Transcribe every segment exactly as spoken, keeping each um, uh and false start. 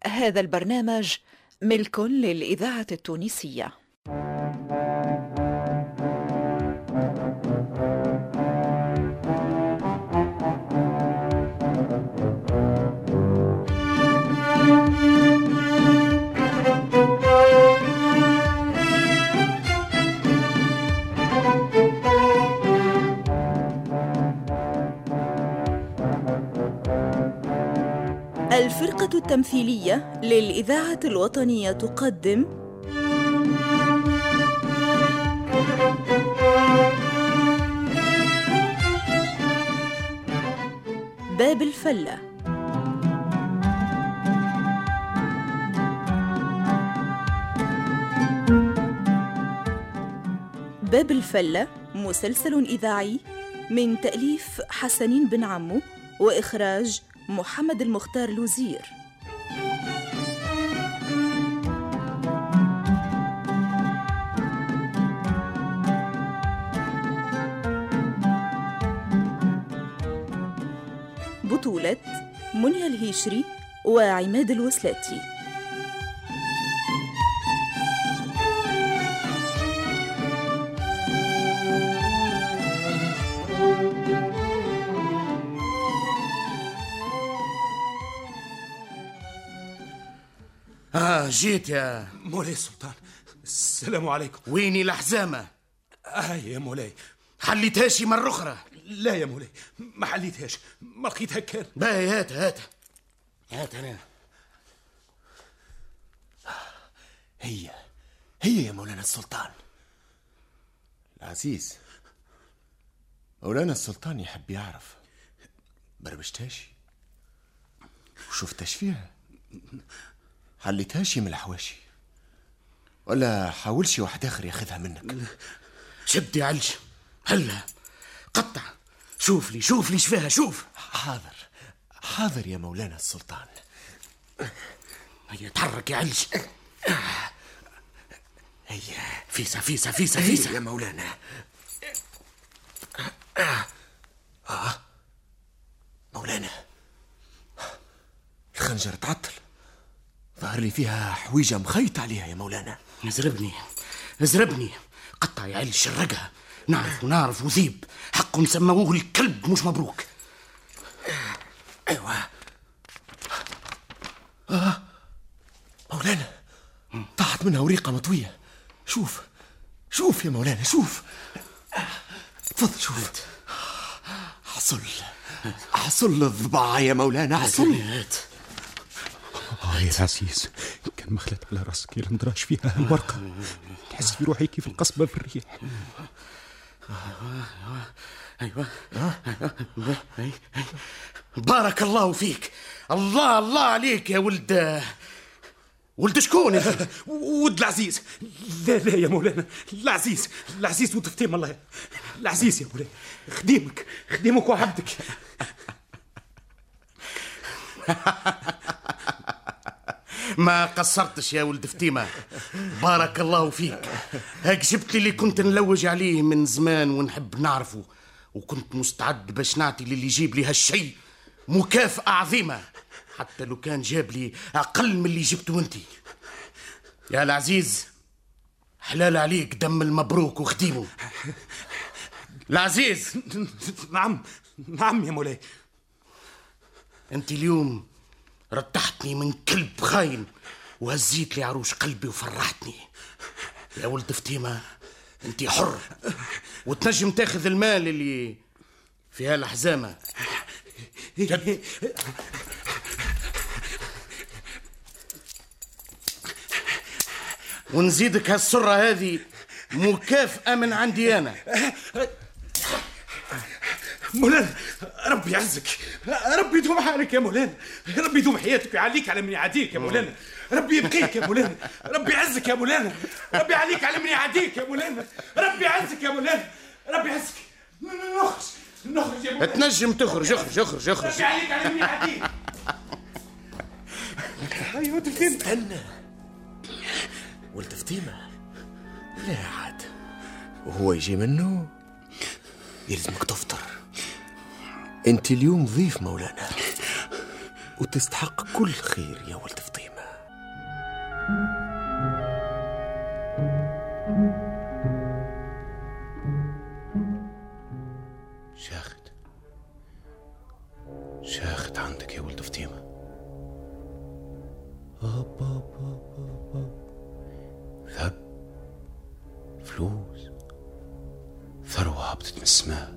هذا البرنامج ملك للإذاعة التونسية. الفرقة التمثيلية للإذاعة الوطنية تقدم باب الفلة. باب الفلة مسلسل إذاعي من تأليف حسنين بن عمو وإخراج محمد المختار لوزير. بطولة منيا الهيشري وعماد الوسلاتي. آه جيت يا مولاي السلطان. السلام عليكم. ويني الحزامة؟ آه يا مولاي. حليتهاشي مرة أخرى؟ لا يا مولاي ما حليتهاش، ما لقيتها كان. باهي هات هات هات أنا. هي هي يا مولانا السلطان. العزيز مولانا السلطان يحب يعرف بربشتاشي وشفتاش فيها، حليتهاشي من الحواشي ولا حاولش واحد آخر ياخذها منك؟ شد يا علش هلا قطع، شوف لي شوف لي شفاها شوف. حاضر حاضر يا مولانا السلطان. هيا تحرك يا علش. هي فيسا فيسا فيسا فيسا يا مولانا. آه مولانا الخنجر تعطل، ظهر لي فيها حويجة مخيط عليها يا مولانا. ازربني ازربني قطع يا علش شرقها. نعرف ونعرف وذيب حقه نسموه الكلب مش مبروك. ايوه اه مولانا طاحت منها وريقة مطوية. شوف شوف يا مولانا شوف. تفضل شوف. حصل حصل الضباع يا مولانا حصل. آه يا عزيز كان مخلت على راسك يا اندراج فيها الورقة، تحس في روحي كيف القصبة في الريح. أيوة أيوة بارك الله فيك. الله الله عليك يا ولد. ولد شكون انت؟ ولد العزيز. لا لا يا مولانا العزيز العزيز وتفتيم الله. العزيز يا مولاي خديمك خديمك وعبدك. ما قصرتش يا ولد فتيمة، بارك الله فيك. هاك جبت لي اللي كنت نلوج عليه من زمان ونحب نعرفه، وكنت مستعد باش نعطي للي يجيب لي هالشيء مكافأة عظيمة حتى لو كان جاب لي أقل من اللي جبته انتي. يا العزيز حلال عليك دم المبروك وخديمه. العزيز. نعم نعم يا مولاي. انت اليوم رتحتني من كلب خاين وهزيت لي عروش قلبي وفرحتني. يا ولد فتيمة انت حر وتنجم تاخذ المال اللي في هالحزامة. جد. ونزيدك هالسرة هذه مكافأة من عندي أنا. مولانا ربي يعزك، ربي يدوم حالك يا مولانا، ربي يدوم حياتك ويعليك على من يعاديك يا مولانا، ربي يبقيك يا مولانا، ربي يعزك يا مولانا، ربي يعليك على من يعاديك يا مولانا، ربي يعزك يا مولانا، ربي يعزك. نخرج نخرج يا مولانا. تنجم تخرج اخرج اخرج اخرج. ربي يعليك على من يعاديك. ايوه تفتيمة. استنى ولد فتيمة. لا عاد وهو يجي منه يلزمك تفطر. انت اليوم ضيف مولانا وتستحق كل خير يا ولد فطيمة. شاخت شاخت عندك يا ولد فطيمة. هوب هوب هوب هوب. ذهب، فلوس، ثروة هبطت من السماء.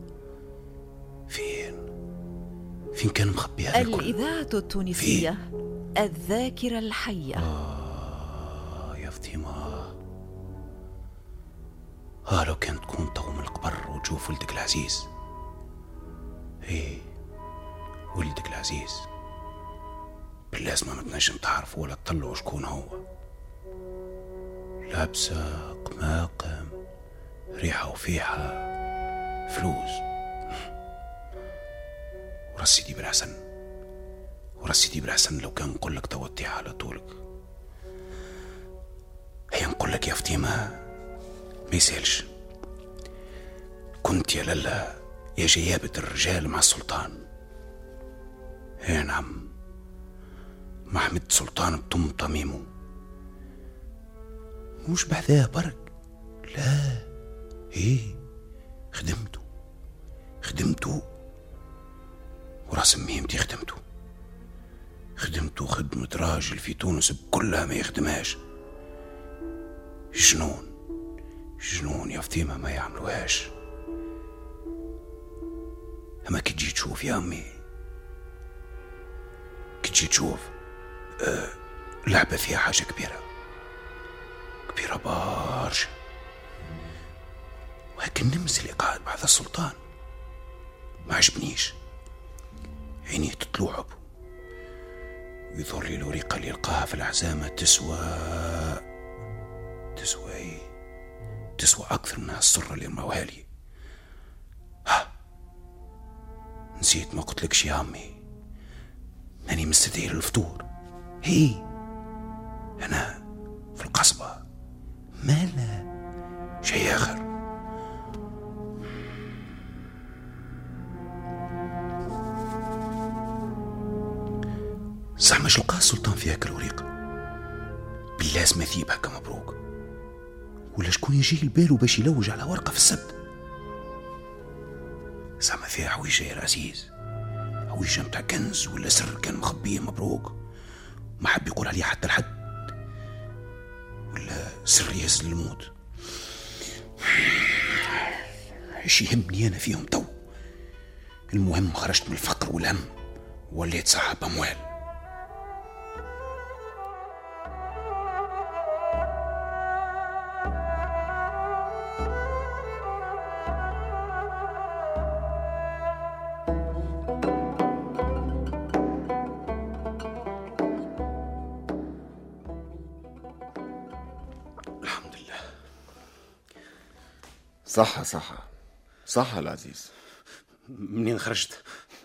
فين فين كان مخبي هذا الكل؟ الإذاعة التونسية الذاكرة الحية. آه يا فطيمة، ها لو كانت تكون تو من القبر وتشوف ولدك العزيز. ايه ولدك العزيز باللازمة ما تنجم تعرف ولا تطلعوا شكون هو. لابسة قماقم، ريحة وفيحة، فلوس، ورا سيدي بالحسن، ورا سيدي بالحسن لو كان نقول لك توطيح على طولك. هي نقول لك يا فطيمة ما يسالش. كنت يا للا يا جيابة الرجال مع السلطان. ايه نعم، مع حمد سلطان بطم طميمه، مش بعدها برك، لا ايه خدمته خدمته وراس ميمتي خدمته خدمته خدمة راجل في تونس بكلها ما يخدمهاش. جنون جنون يا فطيمة ما يعملوهاش. اما كي تجي تشوف يا امي، كي تجي تشوف أه لعبة فيها حاجة كبيرة كبيرة برشا. وهكا النمس اللي قاعد بعد السلطان ما عجبنيش. عينيه تطلوعب، ويظهر لي الوريقة اللي يلقاها في العزامة تسوى تسوى ايه تسوى أكثر من السرة اللي رماوها لي. ها نسيت ما قلتلكش يا عمي، أني مستدعي للفطور. هي أنا في القصبة مالا شيء آخر. صح ما شلقاه السلطان في هاك الوريقة باللازم ثيب هكا مبروك، ولا شكون يجي البالو باش يلوج على ورقة في السبت؟ زعما فيها حويجة يا العزيز، حويجة متاع كنز ولا سر كان مخبيه مبروك ما حب يقول عليه حتى لحد، ولا سر يهز للموت. ايش يهمني انا فيهم تو؟ المهم خرجت من الفقر والهم وليت صاحب اموال. صح صح صح العزيز. منين خرجت؟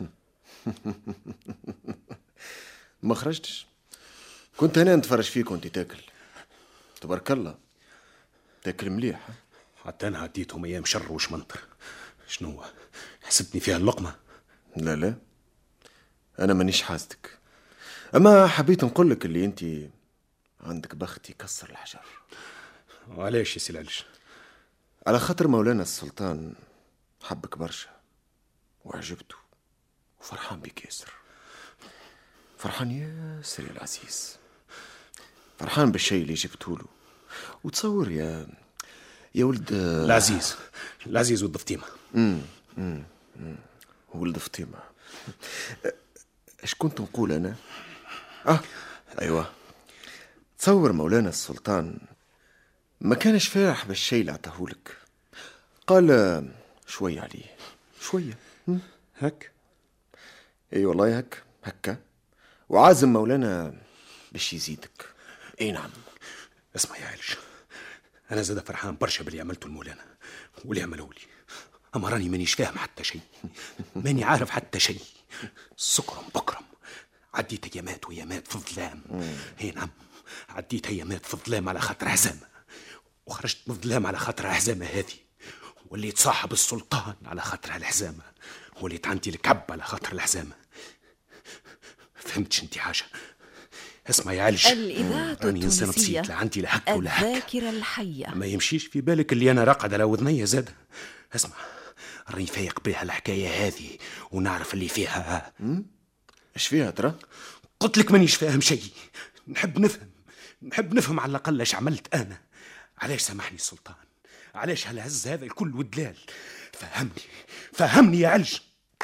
ما خرجتش، كنت هنا نتفرج فيك وانت تاكل. تبارك الله تاكل مليح. حتى انا عديتهم ايام شر وش منطر. شنو حسبتني فيها اللقمة؟ لا لا انا مانيش حاسدك، اما حبيت نقول لك اللي انت عندك بخت يكسر الحجر. وعلاش يا سي العلج؟ على خاطر مولانا السلطان حبك برشا وعجبته وفرحان بك ياسر. فرحان ياسر يا العزيز، فرحان بالشيء اللي جبته له. وتصور يا يا ولد العزيز العزيز ولد فطيمة. امم امم ولد فطيمة. ايش كنت نقول انا؟ اه ايوه، تصور مولانا السلطان ما كانش فرح بالشيء اللي عطاهولك، قال شوية عليه شوية هك. اي والله هك هكا، وعازم مولانا باش يزيدك. اي نعم. اسمع يا علج، انا زاد فرحان برشا باللي عملته المولانا واللي عملوا لي، اما راني مانيش فاهم حتى شيء، ماني عارف حتى شيء. سكرم بكرم عديت ايامات وايامات في الظلام. اي نعم عديت ايامات في الظلام على خاطر عزامة، وخرجت من الظلام على خاطر الحزامة هذه، وليت صاحب السلطان على خاطر الحزامة، وليت عندي الكعب على خاطر الحزامة. فهمتش انت حاجة؟ اسمع يا علج، الإذاعة راني إنسان التونسية بسيط، لا عندي لا هك ولا هك. الذاكرة الحية. ما يمشيش في بالك اللي أنا راقد على وذنية زاد. اسمع، راني فايق بها الحكاية هذه ونعرف اللي فيها. ايش فيها ترى؟ قلت لك مانيش فاهم شيء، نحب نفهم نحب نفهم على الأقل ايش عملت أنا. علاش سامحني السلطان؟ علاش هالعز هذا الكل والدلال؟ فهمني فهمني يا علج.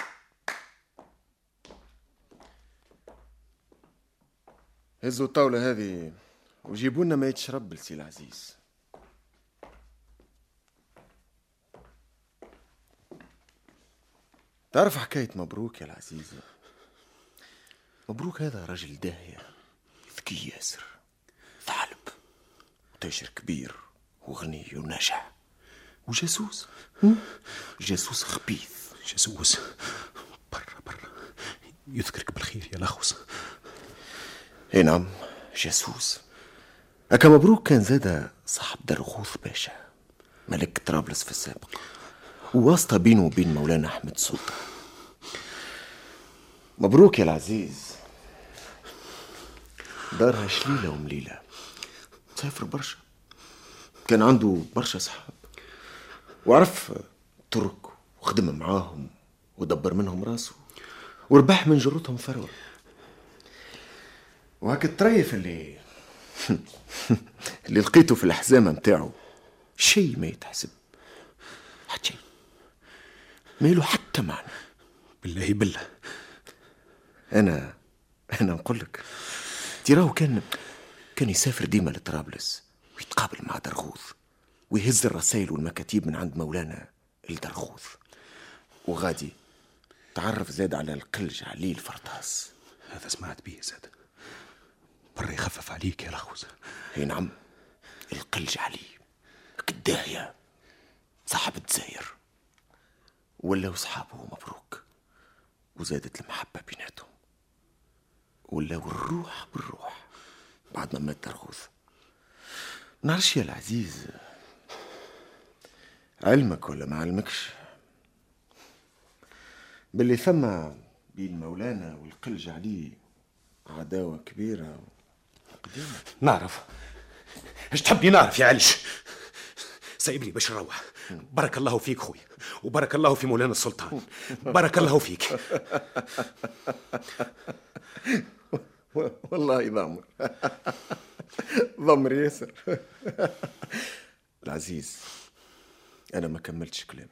هزوا الطاولة هذه وجيبوا لنا ما يتشرب لسي العزيز. تعرف حكاية مبروك يا العزيز؟ مبروك هذا رجل داهية ذكي ياسر، ثعلب وتاجر كبير وغني وناجح وجاسوس. جاسوس خبيث. جاسوس؟ برا برا، يذكرك بالخير يا لخوص. اي نعم، جاسوس. هكا مبروك كان زاد صاحب درغوث باشا ملك طرابلس في السابق، وواسطة بينه وبين مولانا أحمد سلطان. مبروك يا العزيز دارها شليلة ومليلة، سافر برشا، كان عنده برشا صحاب وعرف ترك وخدم معاهم ودبر منهم راسه وربح من جرتهم ثروة. وهك الطريف اللي اللي لقيته في الحزامة متاعه شيء ما يتحسب، حتى شيء ما له حتى معنى. بالله بالله أنا أنا نقول لك تراه كان كان يسافر ديما لطرابلس ويتقابل مع درغوث ويهز الرسائل والمكاتيب من عند مولانا الدرغوث، وغادي تعرف زاد على القلج علي الفرطاس. هذا سمعت به زاد، برا يخفف عليك يا لخوز. اي نعم، القلج علي كداهية صاحب الجزائر ولاو صحابه مبروك، وزادت المحبة بيناتهم ولاو الروح بالروح بعد ما مات درغوث. نعرفش يا العزيز علمك ولا ما علمكش باللي ثم بين مولانا والقلج علي عداوة كبيرة قديمة. نعرف ايش تحبني نعرف يا علج؟ سايبني باش نروح. بارك الله فيك خويا، وبارك الله في مولانا السلطان، بارك الله فيك. والله ضمر ضمر ياسر. العزيز أنا ما كملتش كلامي.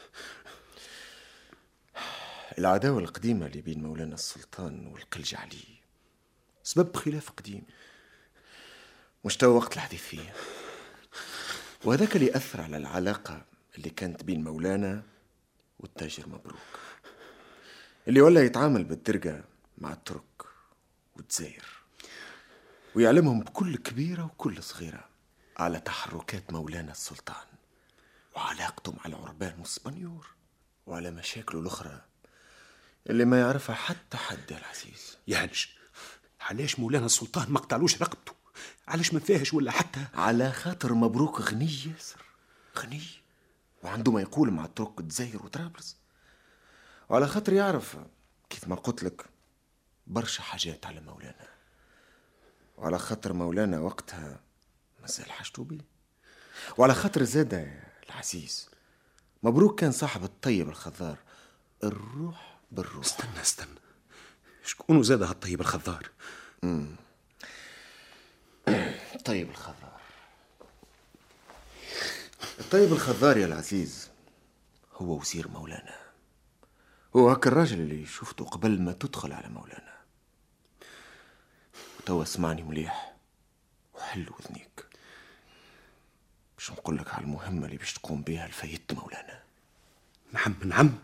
العداوة القديمة اللي بين مولانا السلطان والقلج علي سبب خلاف قديم مش تو وقت الحديث فيه، وهذاك اللي أثر على العلاقة اللي كانت بين مولانا والتاجر مبروك، اللي ولا يتعامل بالدرجة مع الترك والجزائر ويعلمهم بكل كبيرة وكل صغيرة على تحركات مولانا السلطان وعلاقته مع العربان والسبانيور وعلى مشاكله الأخرى اللي ما يعرفها حتى حد. يا العزيز يا علج، علاش مولانا السلطان ما قطعلوش رقبته؟ علاش ما فيهش ولا حتى؟ على خاطر مبروك غني ياسر، غني وعنده ما يقول مع الترك الجزائر وطرابلس، وعلى خاطر يعرف كيف ما قلت لك برشا حاجات على مولانا، وعلى خاطر مولانا وقتها مازال حاجته بيه، وعلى خاطر زاد العزيز مبروك كان صاحب الطيب الخضار، الروح بالروح. استنى استنى، شكون زاد هالطيب الخضار؟ امم الطيب الخضار الطيب الخضار يا العزيز هو وزير مولانا، هو هكا الراجل اللي شفته قبل ما تدخل على مولانا. وتوا اسمعني مليح وحل وذنيك باش نقول لك على المهمة اللي باش تقوم بها لفايدة مولانا. نعم نعم.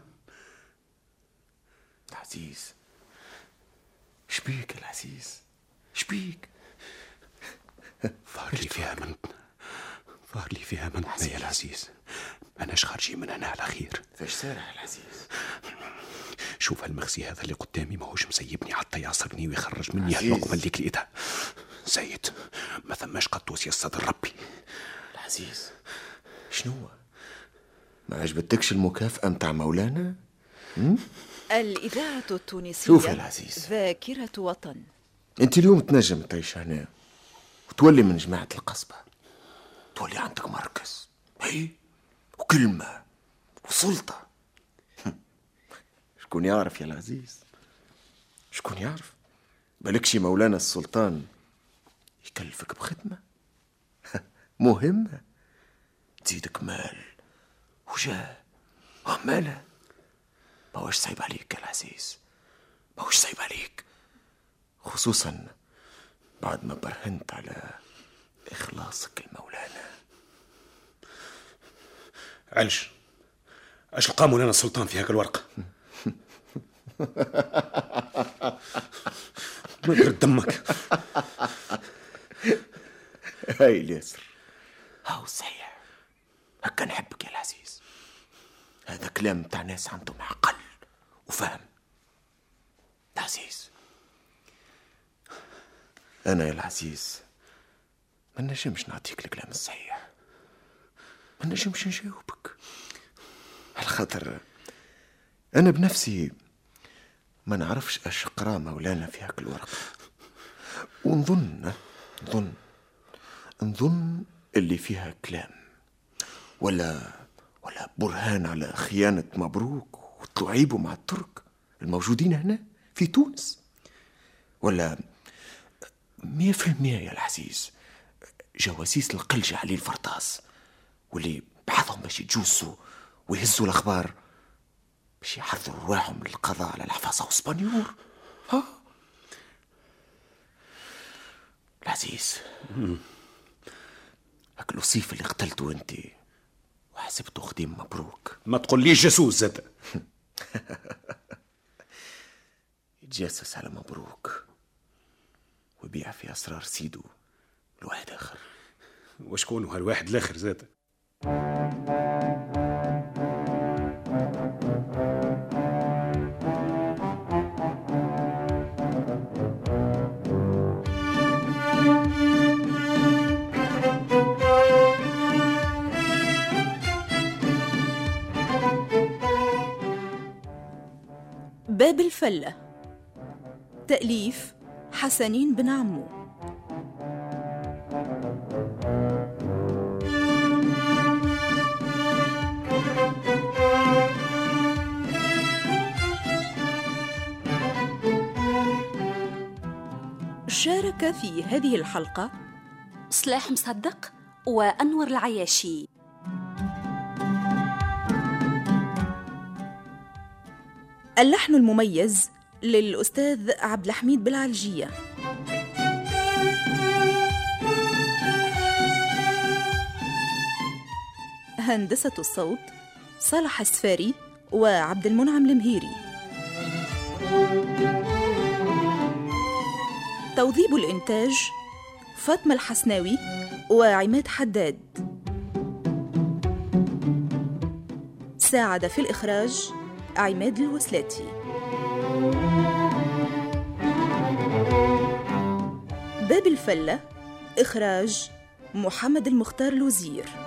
العزيز شبيك العزيز شبيك؟ ظهر لي فيها من ظهر لي فيها من يا العزيز، ماناش خارجين من هنا على خير. فاش سارح العزيز؟ شوف هالمخزي هذا اللي قدامي ماهوش مسيبني حتى يعصرني ويخرج مني هاللقمه اللي كليتها. زايد ما ثماش قطوس يصدر ربي. العزيز شنو ما عجبتكش المكافأة متاع مولانا؟ الإذاعة التونسية شوف يا العزيز، ذاكرة وطن. انت اليوم تنجم تعيش هنا وتولي من جماعة القصبة، تولي عندك مركز هي وكلمة وسلطة. شكون يعرف يا العزيز، شكون يعرف؟ بالكشي مولانا السلطان يكلفك بخدمة مهمة تزيدك مال وجاه وعمالة. ما هوش صعيب عليك يا العزيز، ما هوش صعيب عليك، خصوصا بعد ما برهنت على إخلاصك المولانا. علاش اش لقى مولانا السلطان في هاك الورقة؟ ما ترد دمك. هاي اليسر، هاو صحيح، هكا نحبك يا العزيز. هذا كلام متاع ناس عندهم عقل وفهم. العزيز أنا يا العزيز ما نجمش نعطيك الكلام الصحيح، ما نجمش نجاوبك، على خاطر أنا بنفسي ما نعرفش اش قرا مولانا في هاك الورقة، ونظن نظن نظن اللي فيها كلام ولا ولا برهان على خيانة مبروك وتلعيبه مع الترك الموجودين هنا في تونس، ولا مية في المية يا العزيز جواسيس القلجة علي الفرطاس، واللي بعضهم باش يتجوسوا ويهزوا الأخبار باش يحرضوا رواحهم للقضاء على الحفاظة واسبانيور. ها العزيز هاك الوصيف اللي قتلته انت وحسبته خديم مبروك، ما تقول لي جاسوس زاد. يتجسس على مبروك ويبيع في أسرار سيدو لواحد آخر. وشكون هالواحد الآخر زاد؟ باب الفلة، تأليف حسنين بن عمو. شارك في هذه الحلقة صلاح مصدق وأنور العياشي. اللحن المميز للأستاذ عبد الحميد بالعلجية. هندسة الصوت صالح السفاري وعبد المنعم المهيري. توظيب الإنتاج فاطمة الحسناوي وعماد حداد. ساعد في الإخراج عماد الوسلاتي. باب الفلة، إخراج محمد المختار الوزير.